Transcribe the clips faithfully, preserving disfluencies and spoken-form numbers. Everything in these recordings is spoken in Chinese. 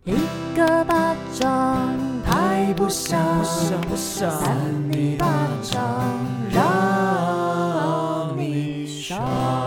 一个巴掌拍不响，扇你巴掌让你爽。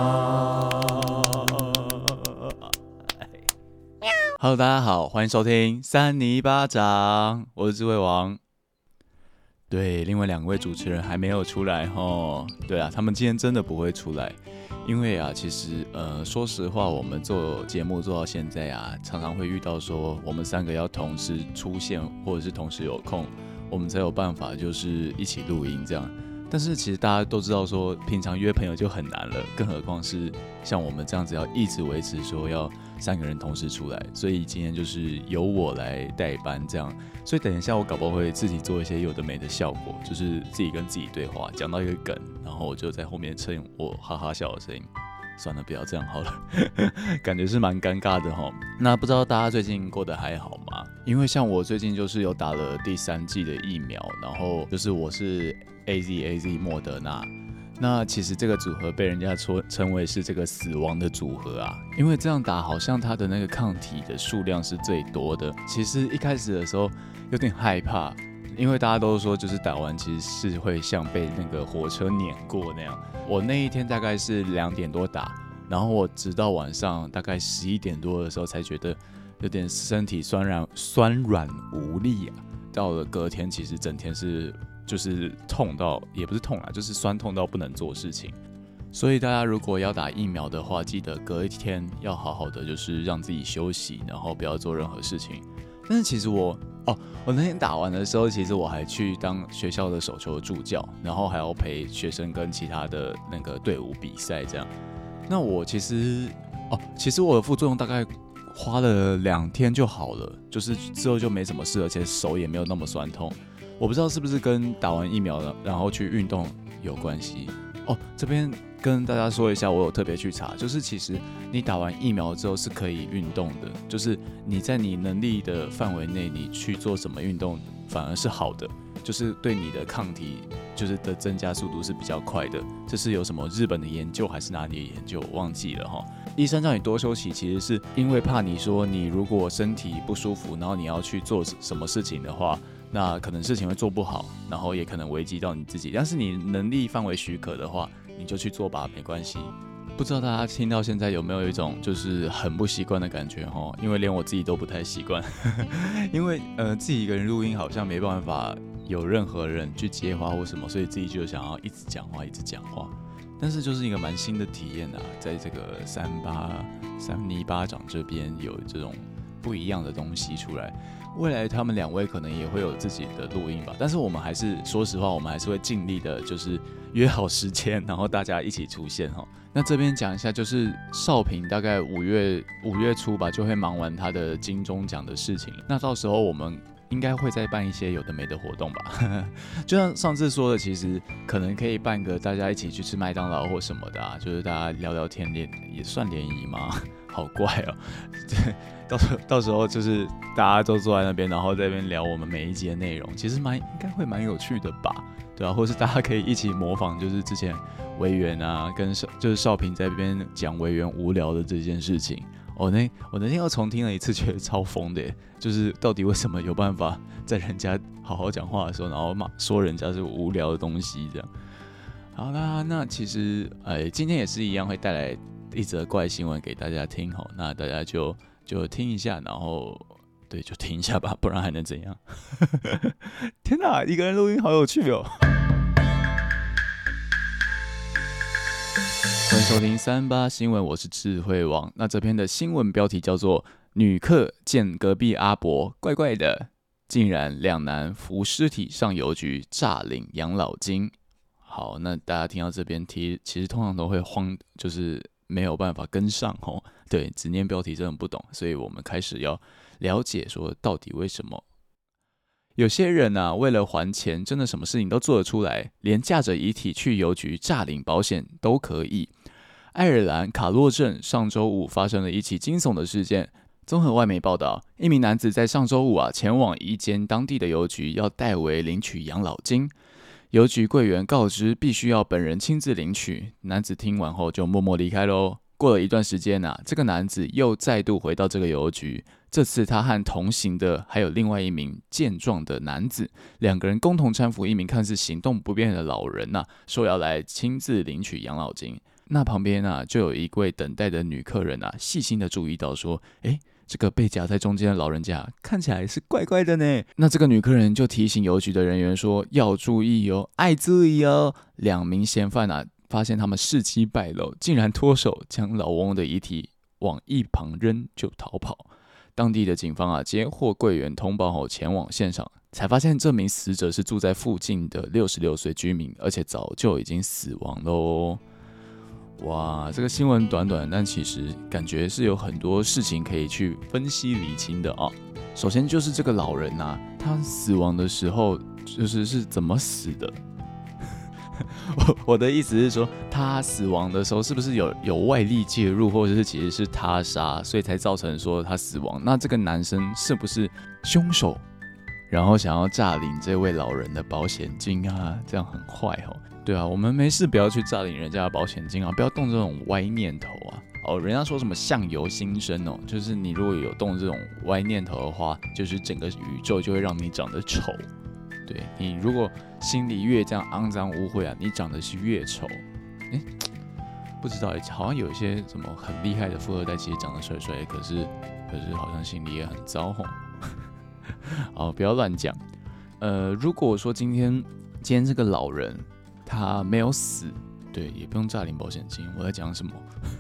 Hello， 大家好，欢迎收听三尼巴掌，我是智慧王。对，另外两位主持人还没有出来齁。对啊，他们今天真的不会出来，因为啊，其实呃，说实话，我们做节目做到现在啊，常常会遇到说，我们三个要同时出现，或者是同时有空，我们才有办法就是一起录音这样。但是其实大家都知道说，平常约朋友就很难了，更何况是像我们这样子要一直维持说要三个人同时出来，所以今天就是由我来代班这样。所以等一下我搞不好会自己做一些有的没的效果，就是自己跟自己对话，讲到一个梗，然后我就在后面衬我哈哈笑的声音。算了，不要这样好了，感觉是蛮尴尬的齁。那不知道大家最近过得还好吗？因为像我最近就是有打了第三剂的疫苗，然后就是我是 A Z A Z 莫德纳。那其实这个组合被人家称为是这个死亡的组合啊，因为这样打好像它的那个抗体的数量是最多的。其实一开始的时候有点害怕，因为大家都说就是打完其实是会像被那个火车碾过那样。我那一天大概是两点多打，然后我直到晚上大概十一点多的时候才觉得有点身体酸软酸软无力啊。到了隔天其实整天是就是痛到，也不是痛啊，就是酸痛到不能做事情。所以大家如果要打疫苗的话，记得隔一天要好好的就是让自己休息，然后不要做任何事情。但是其实我哦，我那天打完的时候，其实我还去当学校的手球助教，然后还要陪学生跟其他的那个队伍比赛这样。那我其实哦，其实我的副作用大概花了两天就好了，就是之后就没什么事，而且手也没有那么酸痛。我不知道是不是跟打完疫苗了然后去运动有关系哦。这边跟大家说一下，我有特别去查，就是其实你打完疫苗之后是可以运动的，就是你在你能力的范围内，你去做什么运动反而是好的，就是对你的抗体就是的增加速度是比较快的。这是有什么日本的研究还是哪里的研究我忘记了齁。医生叫你多休息，其实是因为怕你说你如果身体不舒服，然后你要去做什么事情的话，那可能事情会做不好，然后也可能危及到你自己。但是你能力范围许可的话，你就去做吧，没关系。不知道大家听到现在有没有一种就是很不习惯的感觉齁？因为连我自己都不太习惯，因为呃自己一个人录音好像没办法有任何人去接话或什么，所以自己就想要一直讲话，一直讲话。但是就是一个蛮新的体验啊，在这个三巴三尼巴掌这边有这种不一样的东西出来。未来他们两位可能也会有自己的录音吧，但是我们还是说实话，我们还是会尽力的，就是约好时间，然后大家一起出现哈。那这边讲一下，就是少平大概五月五月初吧，就会忙完他的金钟奖的事情。那到时候我们应该会再办一些有的没的活动吧，就像上次说的，其实可能可以办个大家一起去吃麦当劳或什么的啊，就是大家聊聊天，联也算联谊吗？好怪哦，对，到时候到时候就是大家都坐在那边，然后在那边聊我们每一集的内容，其实蛮应该会蛮有趣的吧，对啊，或是大家可以一起模仿，就是之前维园啊跟就是少平在那边讲维园无聊的这件事情。我那我那天又重听了一次，觉得超疯的耶，就是到底为什么有办法在人家好好讲话的时候，然后骂说人家是无聊的东西这样。好啦，那其实哎，今天也是一样会带来一则怪新闻给大家听吼，那大家就就听一下，然后对就听一下吧，不然还能怎样？天哪，一个人录音好有趣哦！欢迎收听三八新闻，我是智慧王。那这篇的新闻标题叫做“女客见隔壁阿伯怪怪的，竟然两男扶尸体上邮局诈领养老金”。好，那大家听到这边，其实通常都会慌，就是没有办法跟上哦。对，只念标题真的不懂，所以我们开始要了解说到底为什么。有些人啊，为了还钱，真的什么事情都做得出来，连驾着遗体去邮局诈领保险都可以。爱尔兰卡洛镇上周五发生了一起惊悚的事件。综合外媒报道，一名男子在上周五啊前往一间当地的邮局，要代为领取养老金。邮局柜员告知必须要本人亲自领取，男子听完后就默默离开喽。 过了一段时间啊，这个男子又再度回到这个邮局，这次他和同行的还有另外一名健壮的男子，两个人共同搀扶一名看似行动不便的老人啊，说要来亲自领取养老金。那旁边啊，就有一位等待的女客人啊，细心的注意到说，诶，这个被夹在中间的老人家看起来是怪怪的呢。那这个女客人就提醒邮局的人员说，要注意哦，爱注意哦。两名嫌犯啊，发现他们事机败露，竟然脱手将老翁的遗体往一旁扔就逃跑。当地的警方啊，接获柜员通报后前往现场，才发现这名死者是住在附近的六十六岁居民，而且早就已经死亡喽。哇，这个新闻短短，但其实感觉是有很多事情可以去分析厘清的啊。首先就是这个老人啊，他死亡的时候就是是怎么死的？我我的意思是说，他死亡的时候是不是有有外力介入，或者是其实是他杀，所以才造成说他死亡？那这个男生是不是凶手？然后想要诈领这位老人的保险金啊，这样很坏哦。对啊，我们没事不要去诈领人家的保险金啊，不要动这种歪念头啊。哦，人家说什么相由心生哦，就是你如果有动这种歪念头的话，就是整个宇宙就会让你长得丑。对，你如果心里越这样肮脏污秽啊，你长得是越丑。哎，不知道，好像有一些什么很厉害的富二代，其实长得帅帅，可是可是好像心里也很糟吼。好，不要乱讲。呃，如果说今天今天这个老人他没有死，对，也不用诈领保险金。我在讲什么？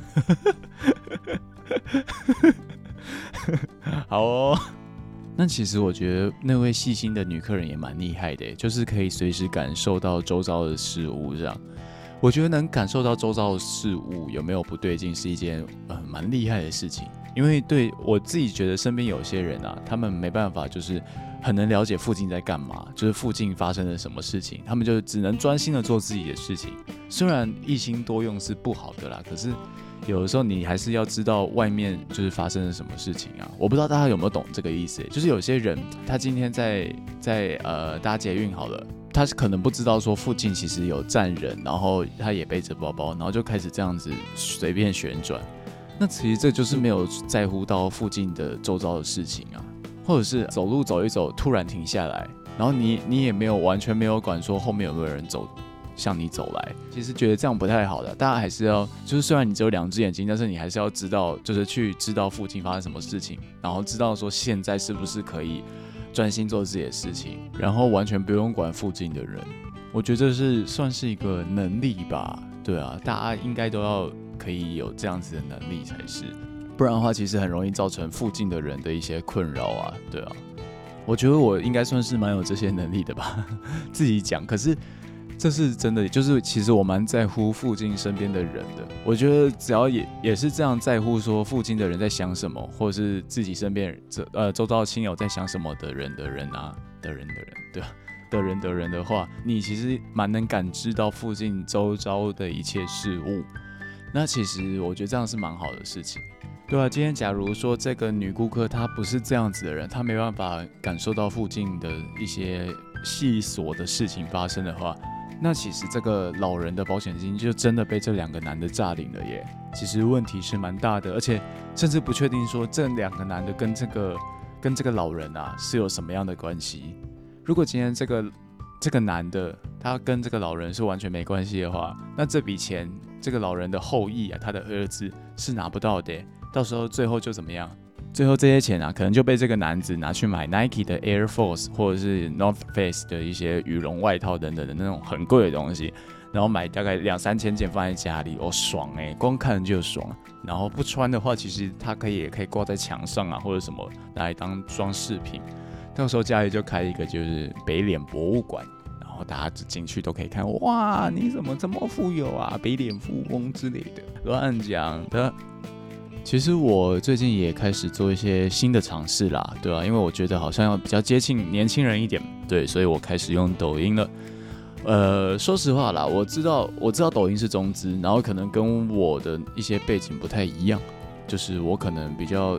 好哦。那其实我觉得那位细心的女客人也蛮厉害的，就是可以随时感受到周遭的事物这样。我觉得能感受到周遭的事物有没有不对劲，是一件呃蛮厉害的事情。因为对我自己觉得身边有些人啊，他们没办法就是很能了解附近在干嘛，就是附近发生了什么事情，他们就只能专心的做自己的事情。虽然一心多用是不好的啦，可是有的时候你还是要知道外面就是发生了什么事情啊。我不知道大家有没有懂这个意思，就是有些人他今天在在呃搭捷运好了，他可能不知道说附近其实有站人，然后他也背着包包，然后就开始这样子随便旋转。那其实这就是没有在乎到附近的周遭的事情啊，或者是走路走一走突然停下来，然后你你也没有完全没有管说后面有没有人走向你走来，其实觉得这样不太好的。大家还是要就是虽然你只有两只眼睛，但是你还是要知道，就是去知道附近发生什么事情，然后知道说现在是不是可以专心做自己的事情，然后完全不用管附近的人。我觉得这是算是一个能力吧，对啊，大家应该都要可以有这样子的能力才是，不然的话其实很容易造成附近的人的一些困扰啊，对啊。我觉得我应该算是蛮有这些能力的吧，自己讲，可是这是真的，就是其实我蛮在乎附近身边的人的。我觉得只要 也, 也是这样在乎说附近的人在想什么，或者是自己身边呃周遭亲友在想什么的人的人啊的人的人，对吧？的人的人的话，你其实蛮能感知到附近周遭的一切事物。那其实我觉得这样是蛮好的事情。对啊，今天假如说这个女顾客她不是这样子的人，她没办法感受到附近的一些细琐的事情发生的话，那其实这个老人的保险金就真的被这两个男的诈领了耶。其实问题是蛮大的，而且甚至不确定说这两个男的跟这个跟这个老人啊是有什么样的关系。如果今天这个这个男的他跟这个老人是完全没关系的话，那这笔钱这个老人的后裔啊，他的儿子是拿不到的耶。到时候最后就怎么样？最后这些钱啊，可能就被这个男子拿去买 Nike 的 Air Force 或者是 North Face 的一些羽绒外套等等的那种很贵的东西，然后买大概两三千件放在家里，哦爽哎、欸，光看就爽。然后不穿的话，其实它可以也可以挂在墙上啊，或者什么拿来当装饰品。到时候家里就开一个就是北脸博物馆，然后大家进去都可以看，哇，你怎么这么富有啊，北脸富翁之类的，乱讲的。其实我最近也开始做一些新的尝试啦，对啊，因为我觉得好像要比较接近年轻人一点，对，所以我开始用抖音了。呃，说实话啦，我知道我知道抖音是中资，然后可能跟我的一些背景不太一样，就是我可能比较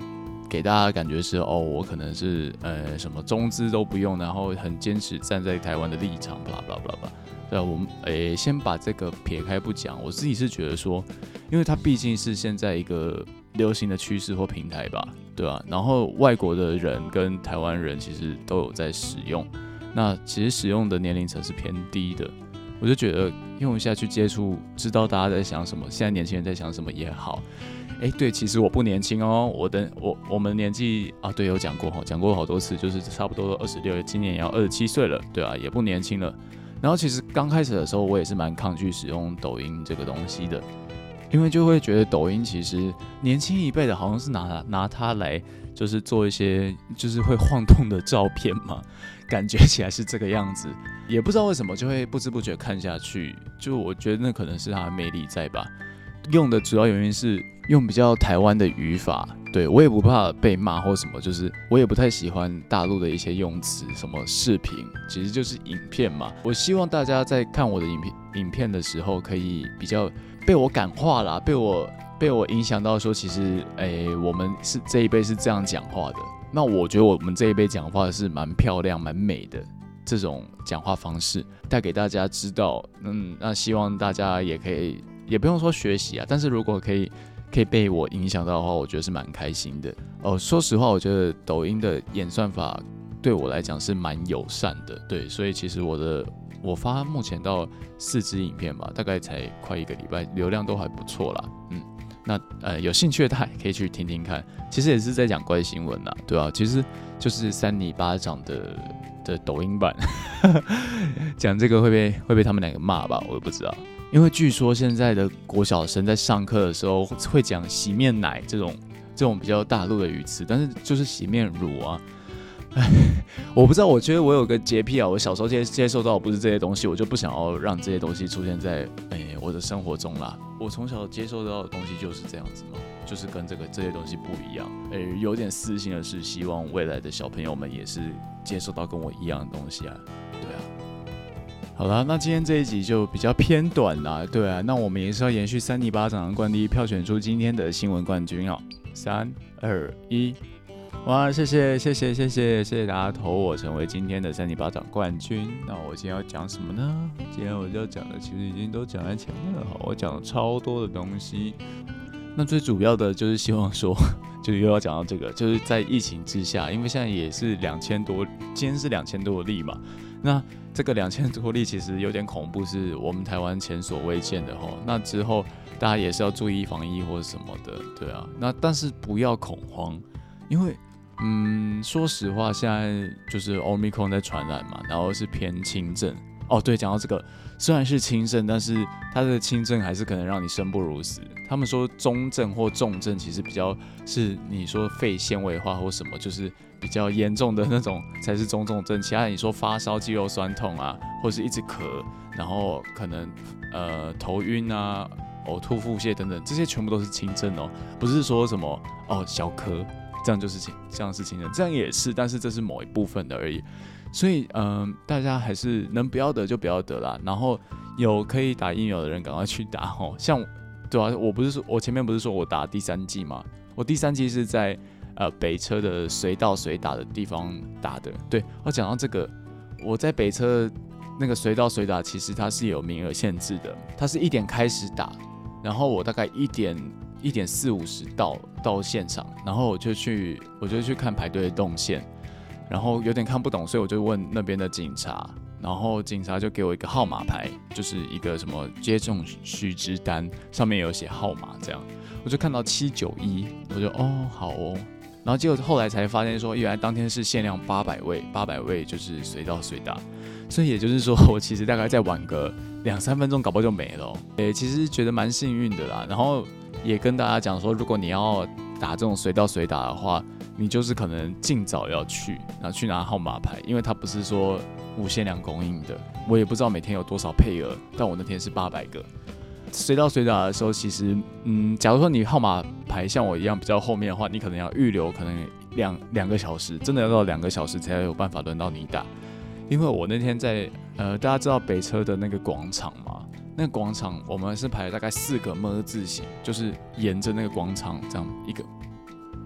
给大家的感觉是哦，我可能是呃什么中资都不用，然后很坚持站在台湾的立场，blah blah blah blah。对啊，我们诶先把这个撇开不讲，我自己是觉得说，因为它毕竟是现在一个流行的趋势或平台吧，对吧、啊？然后外国的人跟台湾人其实都有在使用，那其实使用的年龄层是偏低的，我就觉得用一下去接触，知道大家在想什么，现在年轻人在想什么也好。哎，对，其实我不年轻哦，我的我我们年纪啊，对，有讲过哈，讲过好多次，就是差不多二十六，今年也要二十七岁了，对啊，也不年轻了。然后其实刚开始的时候，我也是蛮抗拒使用抖音这个东西的，因为就会觉得抖音其实年轻一辈的好像是拿拿它来就是做一些就是会晃动的照片嘛，感觉起来是这个样子，也不知道为什么就会不知不觉看下去，就我觉得那可能是它的魅力在吧。用的主要原因是用比较台湾的语法，对，我也不怕被骂或什么，就是我也不太喜欢大陆的一些用词，什么视频，其实就是影片嘛。我希望大家在看我的影片影片的时候，可以比较被我感化啦，被我被我影响到说，其实诶，我们是这一辈是这样讲话的。那我觉得我们这一辈讲话是蛮漂亮、蛮美的。这种讲话方式带给大家知道，嗯，那希望大家也可以。也不用说学习啊，但是如果可以可以被我影响到的话，我觉得是蛮开心的。哦，说实话，我觉得抖音的演算法对我来讲是蛮友善的，对，所以其实我的我发目前到四支影片吧，大概才快一个礼拜，流量都还不错啦，嗯，那呃有兴趣的大家也可以去听听看，其实也是在讲怪新闻啦，对啊，其实就是三尼巴掌的的抖音版，讲这个会被会被他们两个骂吧，我也不知道。因为据说现在的国小生在上课的时候会讲洗面奶这种这种比较大陆的语词，但是就是洗面乳啊，哎，我不知道，我觉得我有个洁癖啊，我小时候接接受到的不是这些东西，我就不想要让这些东西出现在哎我的生活中啦。我从小接受到的东西就是这样子嘛，就是跟这个这些东西不一样。哎，有点私心的是，希望未来的小朋友们也是接受到跟我一样的东西啊，对啊。好啦，那今天这一集就比较偏短啦，对啊，那我们也是要延续三尼巴掌的惯例，票选出今天的新闻冠军哦。三二一，哇，谢谢谢谢谢谢谢谢大家投我成为今天的三尼巴掌冠军。那我今天要讲什么呢？今天我要讲的其实已经都讲在前面了，好，我讲了超多的东西。那最主要的就是希望说，就是又要讲到这个，就是在疫情之下，因为现在也是两千多，今天是两千多例嘛，那。这个两千多例其实有点恐怖，是我们台湾前所未见的吼。那之后大家也是要注意防疫或者什么的，对啊。那但是不要恐慌，因为嗯，说实话，现在就是 Omicron 在传染嘛，然后是偏轻症。哦，对，讲到这个，虽然是轻症，但是它的轻症还是可能让你生不如死。他们说中症或重症其实比较是你说肺纤维化或什么，就是比较严重的那种才是中重症。其他你说发烧、肌肉酸痛啊，或是一直咳，然后可能呃头晕啊、呕吐、腹泻等等，这些全部都是轻症哦，不是说什么哦小咳这样就是轻，这样是轻症，这样也是，但是这是某一部分的而已。所以，嗯，大家还是能不要得就不要得啦。然后有可以打疫苗的人赶快去打吼。像，对啊，我不是说，我前面不是说我打第三剂吗？我第三剂是在呃北车的随到随打的地方打的。对，我讲到这个，我在北车那个随到随打，其实它是有名额限制的，它是一点开始打，然后我大概一点一点四五十到到现场，然后我就去我就去看排队的动线。然后有点看不懂，所以我就问那边的警察，然后警察就给我一个号码牌，就是一个什么接种须知单，上面有写号码，这样我就看到七九一，我就哦好哦，然后结果后来才发现说，原来当天是限量八百位，八百位就是随到随打，所以也就是说我其实大概再晚个两三分钟，搞不好就没了、哦。诶，其实觉得蛮幸运的啦，然后也跟大家讲说，如果你要打这种随到随打的话。你就是可能尽早要去，然后去拿号码牌，因为它不是说无限量供应的。我也不知道每天有多少配额，但我那天是八百个。随到随打的时候，其实，嗯，假如说你号码牌像我一样比较后面的话，你可能要预留可能两两个小时，真的要到两个小时才有办法轮到你打。因为我那天在呃，大家知道北车的那个广场吗？那个广场我们是排了大概四个么字形，就是沿着那个广场这样一个。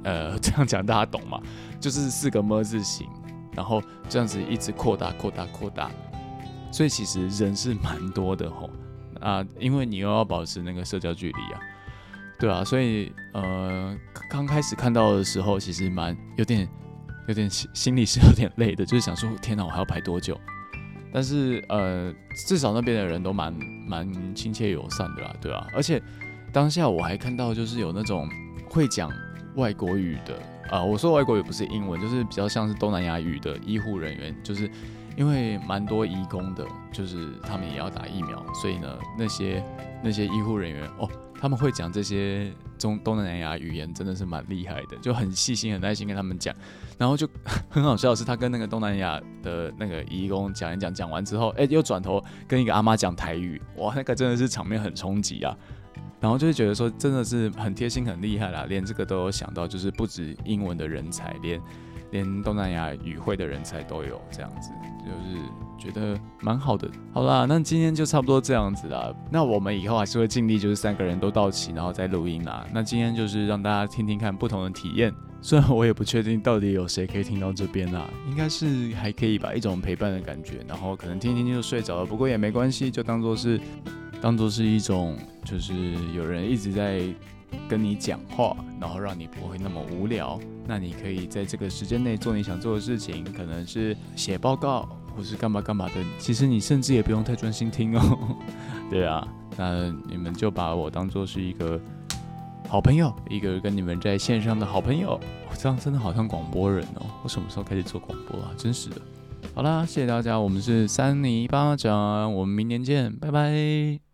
呃，这样讲大家懂吗？就是四个么字形，然后这样子一直扩大、扩大、扩大，所以其实人是蛮多的吼。啊，因为你又要保持那个社交距离啊，对啊，所以呃，刚开始看到的时候，其实蛮有点、有点心里是有点累的，就是想说，天哪，我还要排多久？但是呃，至少那边的人都蛮蛮亲切友善的啦，对啊，而且当下我还看到，就是有那种会讲外国语的啊、呃，我说外国语不是英文，就是比较像是东南亚语的医护人员，就是因为蛮多移工的，就是他们也要打疫苗，所以呢，那些那些医护人员哦，他们会讲这些中东南亚语言，真的是蛮厉害的，就很细心、很耐心跟他们讲。然后就很好笑的是，他跟那个东南亚的那个移工讲一讲，讲完之后，哎，又转头跟一个阿妈讲台语，哇，那个真的是场面很冲击啊。然后就会觉得说，真的是很贴心、很厉害啦，连这个都有想到，就是不止英文的人才，连连东南亚语汇的人才都有，这样子，就是觉得蛮好的。好啦，那今天就差不多这样子啦。那我们以后还是会尽力，就是三个人都到齐，然后再录音啦。那今天就是让大家听听看不同的体验。虽然我也不确定到底有谁可以听到这边啦，应该是还可以吧，一种陪伴的感觉。然后可能听听听就睡着了，不过也没关系，就当做是当做是一种，就是有人一直在跟你讲话，然后让你不会那么无聊。那你可以在这个时间内做你想做的事情，可能是写报告，或是干嘛干嘛的。其实你甚至也不用太专心听哦。对啊，那你们就把我当做是一个好朋友，一个跟你们在线上的好朋友。我这样真的好像广播人哦。我什么时候开始做广播啊？真是的。好啦，谢谢大家，我们是三尼巴掌，我们明年见，拜拜。